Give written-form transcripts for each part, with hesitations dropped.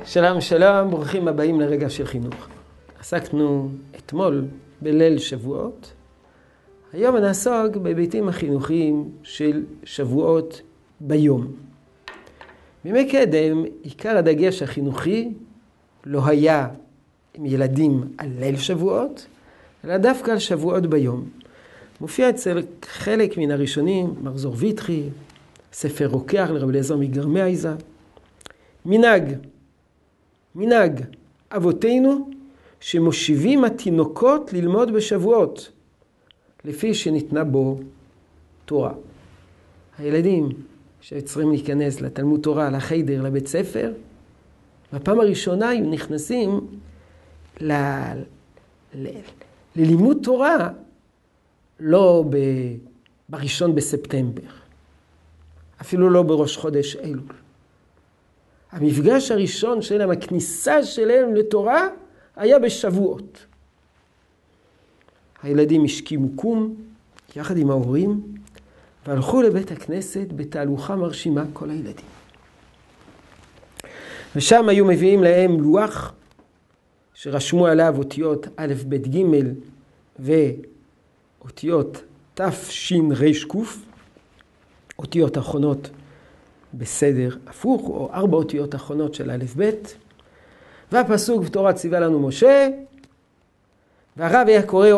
שלום שלום, ברוכים הבאים לרגע של חינוך. עסקנו אתמול בליל שבועות. היום נעסוק בהיבטים החינוכיים של שבועות ביום. בימי קדם, עיקר הדגש החינוכי לא היה עם ילדים על ליל שבועות, אלא דווקא על שבועות ביום. מופיע אצל חלק מן הראשונים, מחזור ויטחי, ספר רוקח לרבי אליעזר מגרמייזא. מנהג אבותינו שמושיבים התינוקות ללמוד בשבועות, לפי שניתנה בו תורה. הילדים שצריכים להיכנס לתלמוד תורה, לחיידר, לבית ספר, בפעם הראשונה היו נכנסים ללימוד תורה לא בראשון בספטמבר, אפילו לא בראש חודש אלול. המפגש הראשון שלהם, הכניסה שלהם לתורה, היה בשבועות. הילדים השכימו קום יחד עם ההורים, והלכו לבית הכנסת בתהלוכה מרשימה כל הילדים. ושם היו מביאים להם לוח שרשמו עליו אותיות א' ב' ג' ואותיות ת' ש' ר' ק', אותיות אחרונות בסדר הפוך, או 4 אותיות אחרונות של א' ב'. והפסוק בתורה ציווה לנו משה, והרב היה קורא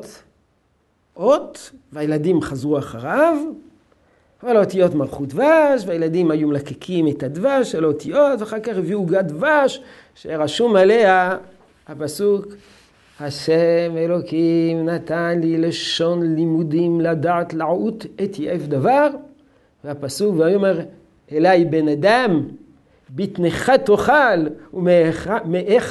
אות, והילדים חזרו אחריו, אבל האותיות מלכות דבש, והילדים היו מלקקים את הדבש של האותיות, ואחר כך הביאו עוגת דבש, שרשום עליה הפסוק, השם אלוקים נתן לי לשון לימודים לדעת לעוט את יעף דבר, והפסוק ויאמר אליי בן אדם, בטנך תאכל ומאיך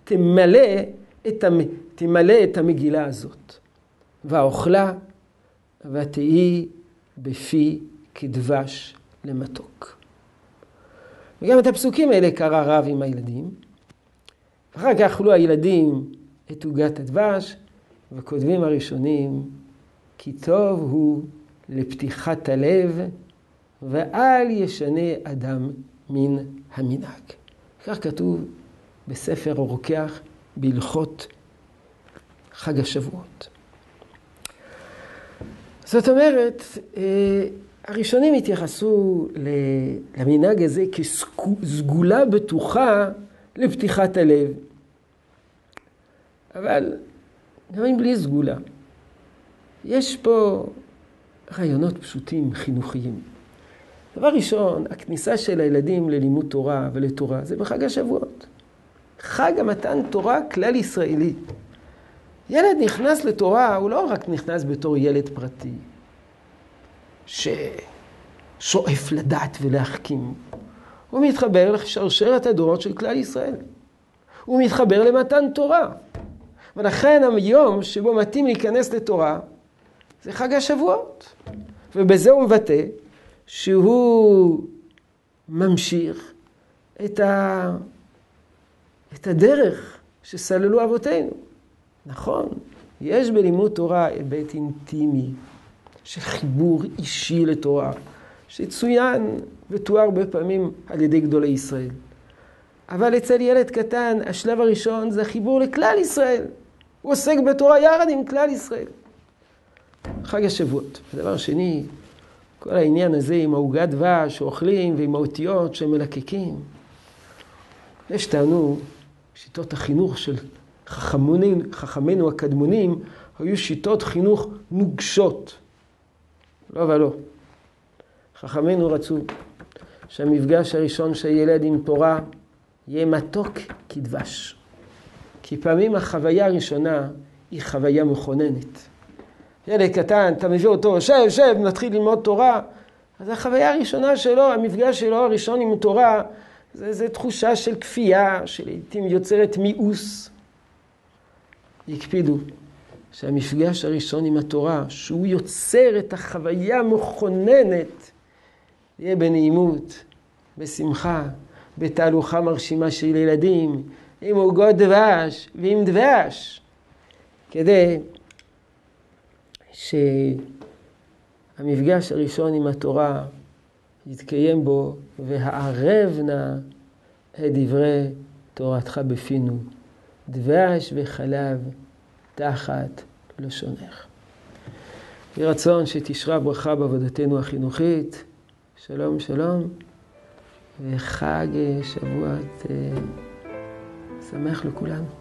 תמלא את המגילה הזאת. והאוכלה ותהי בפי כדבש למתוק. וגם את הפסוקים האלה קרא רב עם הילדים. אחר כך אכלו הילדים את עוגת הדבש, וכותבים הראשונים, כי טוב הוא לפתיחת הלב, ואל ישנה אדם מן המנהג. כך כתוב בספר הרוקח בהלכות חג השבועות. זאת אומרת, הראשונים התייחסו למנהג הזה כסגולה בטוחה לפתיחת הלב. אבל גם אם בלי סגולה, יש פה רעיונות פשוטים חינוכיים. דבר ראשון, הכניסה של הילדים ללימוד תורה ולתורה זה בחג השבועות. חג המתן תורה כלל ישראלי. ילד נכנס לתורה, הוא לא רק נכנס בתור ילד פרטי, ששואף לדעת ולהחכים. הוא מתחבר לשרשרת הדורות של כלל ישראל. הוא מתחבר למתן תורה. ולכן היום שבו מתאים להיכנס לתורה, זה חג השבועות. ובזה הוא מבטא שהוא ממשיך את הדרך שסללו אבותינו. נכון, יש בלימוד תורה היבט אינטימי של חיבור אישי לתורה, שצוין ותואר הרבה פעמים על ידי גדולי ישראל. אבל אצל ילד קטן, השלב הראשון זה חיבור לכלל ישראל. הוא עוסק בתורה יחד עם כלל ישראל. חג השבועות. הדבר שני, כל העניין הזה עם העוגת דבש שאוכלים ועם האותיות שהם מלקקים. יש טענו, שיטות החינוך של חכמינו הקדמונים היו שיטות חינוך נוגשות. לא ולא. חכמינו רצו שהמפגש הראשון של ילד עם תורה יהיה מתוק כדבש. כי פעמים החוויה הראשונה היא חוויה מכוננת. ילד קטן, אתה מביא אותו, שב, נתחיל ללמוד תורה. אז החוויה הראשונה שלו, המפגש שלו הראשון עם תורה, זה תחושה של כפייה, שלעיתים יוצרת מיאוס. יקפידו שהמפגש הראשון עם התורה, שהוא יוצר את החוויה המכוננת, יהיה בנעימות, בשמחה, בתהלוכה מרשימה של ילדים, עם עוגות דבש ועם דבש, כדי שהמפגש הראשון עם התורה יתקיים בו והערב נא את דברי תורתך בפינו, דבש וחלב תחת לשונך. יהי רצון שתשרה ברכה בעבודתנו החינוכית. שלום שלום, וחג שבועת שמח לכולנו.